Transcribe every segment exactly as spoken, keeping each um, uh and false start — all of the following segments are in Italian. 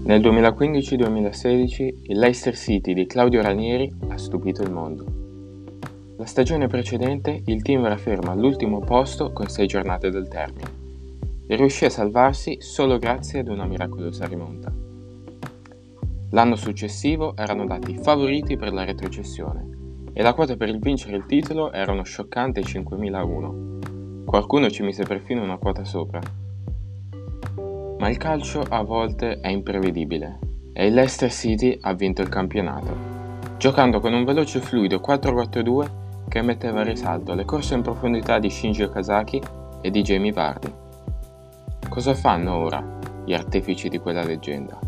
Nel duemilaquindici duemilasedici il Leicester City di Claudio Ranieri ha stupito il mondo. La stagione precedente il team era fermo all'ultimo posto con sei giornate dal termine e riuscì a salvarsi solo grazie ad una miracolosa rimonta. L'anno successivo erano dati favoriti per la retrocessione e la quota per il vincere il titolo era uno scioccante cinquemila a uno. Qualcuno ci mise perfino una quota sopra. Ma il calcio a volte è imprevedibile e il Leicester City ha vinto il campionato, giocando con un veloce e fluido quattro quattro due che metteva a risalto le corse in profondità di Shinji Okazaki e di Jamie Vardy. Cosa fanno ora gli artefici di quella leggenda?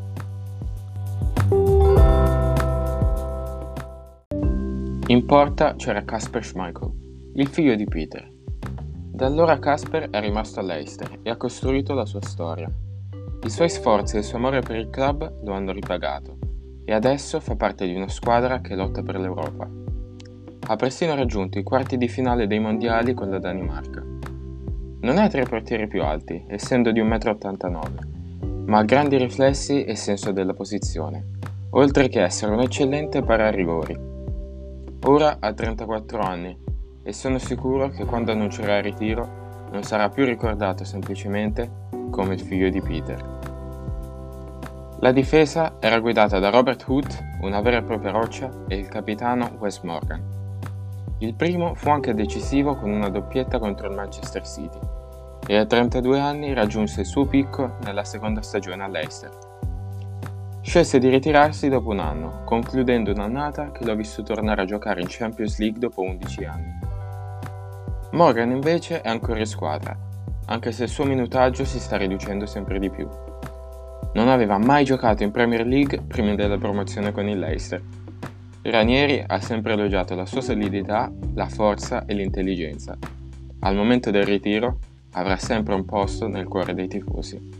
In porta c'era Kasper Schmeichel, il figlio di Peter. Da allora Kasper è rimasto a Leicester e ha costruito la sua storia. I suoi sforzi e il suo amore per il club lo hanno ripagato e adesso fa parte di una squadra che lotta per l'Europa. Ha persino raggiunto i quarti di finale dei mondiali con la Danimarca. Non è tra i portieri più alti, essendo di uno e ottantanove metri, ma ha grandi riflessi e senso della posizione, oltre che essere un eccellente pararigori. Ora ha trentaquattro anni e sono sicuro che quando annuncerà il ritiro non sarà più ricordato semplicemente come il figlio di Peter. La difesa era guidata da Robert Huth, una vera e propria roccia, e il capitano Wes Morgan. Il primo fu anche decisivo con una doppietta contro il Manchester City e a trentadue anni raggiunse il suo picco nella seconda stagione a Leicester. Scelse di ritirarsi dopo un anno, concludendo un'annata che lo ha visto tornare a giocare in Champions League dopo undici anni. Morgan invece è ancora in squadra, anche se il suo minutaggio si sta riducendo sempre di più. Non aveva mai giocato in Premier League prima della promozione con il Leicester. Ranieri ha sempre elogiato la sua solidità, la forza e l'intelligenza. Al momento del ritiro avrà sempre un posto nel cuore dei tifosi.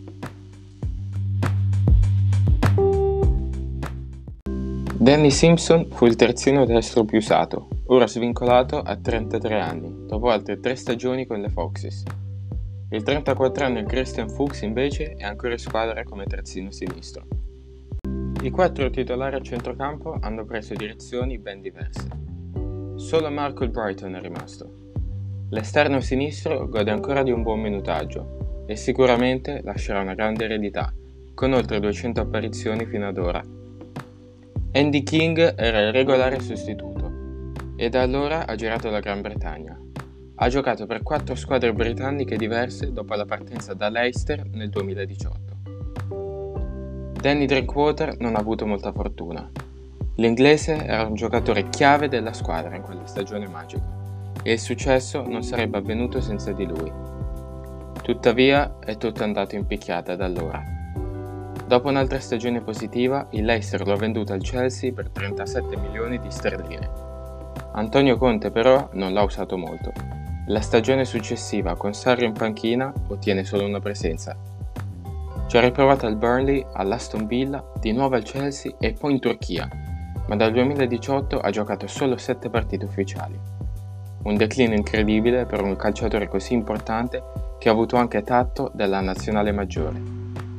Danny Simpson fu il terzino destro più usato, ora svincolato a trentatré anni, dopo altre tre stagioni con le Foxes. Il trentaquattrenne Christian Fuchs invece è ancora in squadra come terzino sinistro. I quattro titolari a centrocampo hanno preso direzioni ben diverse. Solo Marco Brighton è rimasto. L'esterno sinistro gode ancora di un buon minutaggio e sicuramente lascerà una grande eredità, con oltre duecento apparizioni fino ad ora. Andy King era il regolare sostituto e da allora ha girato la Gran Bretagna. Ha giocato per quattro squadre britanniche diverse dopo la partenza da Leicester nel duemiladiciotto. Danny Drinkwater non ha avuto molta fortuna. L'inglese era un giocatore chiave della squadra in quella stagione magica e il successo non sarebbe avvenuto senza di lui. Tuttavia è tutto andato in picchiata da allora. Dopo un'altra stagione positiva, il Leicester lo ha venduto al Chelsea per trentasette milioni di sterline. Antonio Conte però non l'ha usato molto. La stagione successiva, con Sarri in panchina, ottiene solo una presenza. Ci ha riprovato al Burnley, all'Aston Villa, di nuovo al Chelsea e poi in Turchia, ma dal duemiladiciotto ha giocato solo sette partite ufficiali. Un declino incredibile per un calciatore così importante che ha avuto anche tatto della nazionale maggiore.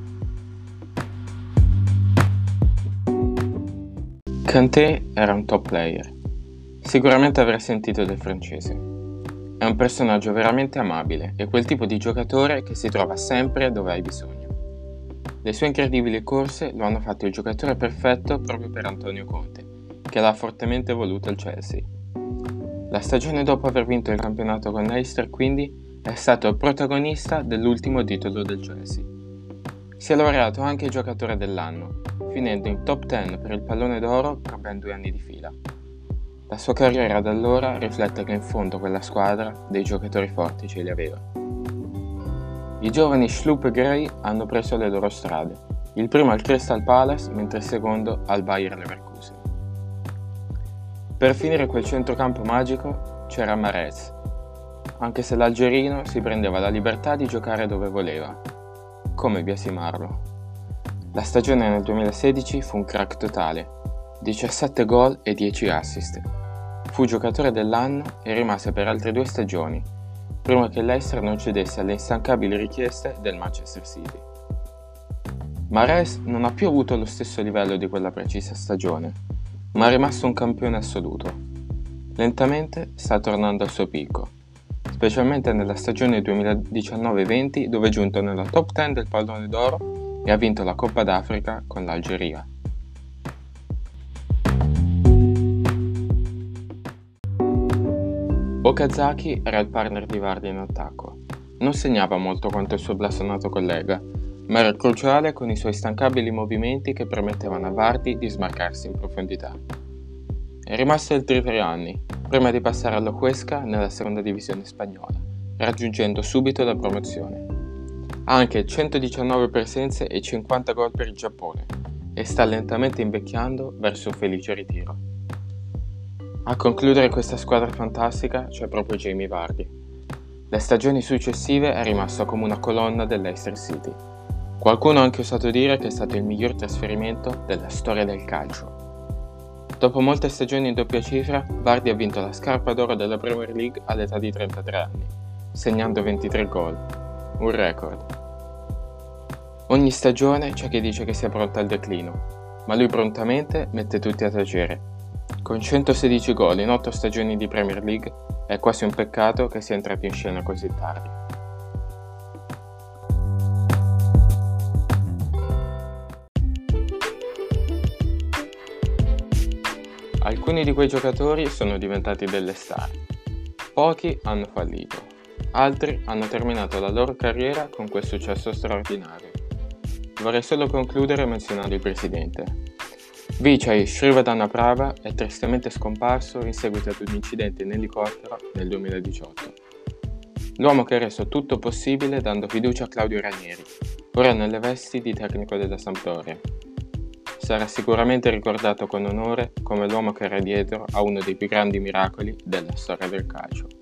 Kanté era un top player. Sicuramente avrà sentito del francese. È un personaggio veramente amabile e quel tipo di giocatore che si trova sempre dove hai bisogno. Le sue incredibili corse lo hanno fatto il giocatore perfetto proprio per Antonio Conte, che l'ha fortemente voluto al Chelsea. La stagione dopo aver vinto il campionato con Leicester, quindi, è stato il protagonista dell'ultimo titolo del Chelsea. Si è laureato anche giocatore dell'anno, finendo in top dieci per il pallone d'oro per ben due anni di fila. La sua carriera da allora riflette che in fondo quella squadra dei giocatori forti ce li aveva. I giovani Schlupp e Gray hanno preso le loro strade, il primo al Crystal Palace mentre il secondo al Bayer Leverkusen. Per finire quel centrocampo magico c'era Mahrez, anche se l'algerino si prendeva la libertà di giocare dove voleva. Come biasimarlo? La stagione nel duemilasedici fu un crack totale, diciassette gol e dieci assist. Fu giocatore dell'anno e rimase per altre due stagioni, prima che Leicester non cedesse alle instancabili richieste del Manchester City. Mahrez non ha più avuto lo stesso livello di quella precisa stagione, ma è rimasto un campione assoluto. Lentamente sta tornando al suo picco, specialmente nella stagione duemiladiciannove venti dove è giunto nella top dieci del pallone d'oro e ha vinto la Coppa d'Africa con l'Algeria. Okazaki era il partner di Vardy in attacco. Non segnava molto quanto il suo blasonato collega, ma era cruciale con i suoi instancabili movimenti che permettevano a Vardy di smarcarsi in profondità. È rimasto altri tre anni, prima di passare allo Huesca nella seconda divisione spagnola, raggiungendo subito la promozione. Ha anche centodiciannove presenze e cinquanta gol per il Giappone e sta lentamente invecchiando verso un felice ritiro. A concludere questa squadra fantastica c'è proprio Jamie Vardy. Le stagioni successive è rimasto come una colonna dell'Leicester City. Qualcuno ha anche osato dire che è stato il miglior trasferimento della storia del calcio. Dopo molte stagioni in doppia cifra, Vardy ha vinto la scarpa d'oro della Premier League all'età di trentatré anni, segnando ventitré gol, un record. Ogni stagione c'è chi dice che sia pronta al declino, ma lui prontamente mette tutti a tacere. Con centosedici gol in otto stagioni di Premier League è quasi un peccato che sia entrato in scena così tardi. Alcuni di quei giocatori sono diventati delle star, pochi hanno fallito, altri hanno terminato la loro carriera con quel successo straordinario. Vorrei solo concludere menzionando il presidente. Vichai Srivadhanaprabha è tristemente scomparso in seguito ad un incidente in elicottero nel duemiladiciotto. L'uomo che ha reso tutto possibile dando fiducia a Claudio Ranieri, ora nelle vesti di tecnico della Sampdoria. Sarà sicuramente ricordato con onore come l'uomo che era dietro a uno dei più grandi miracoli della storia del calcio.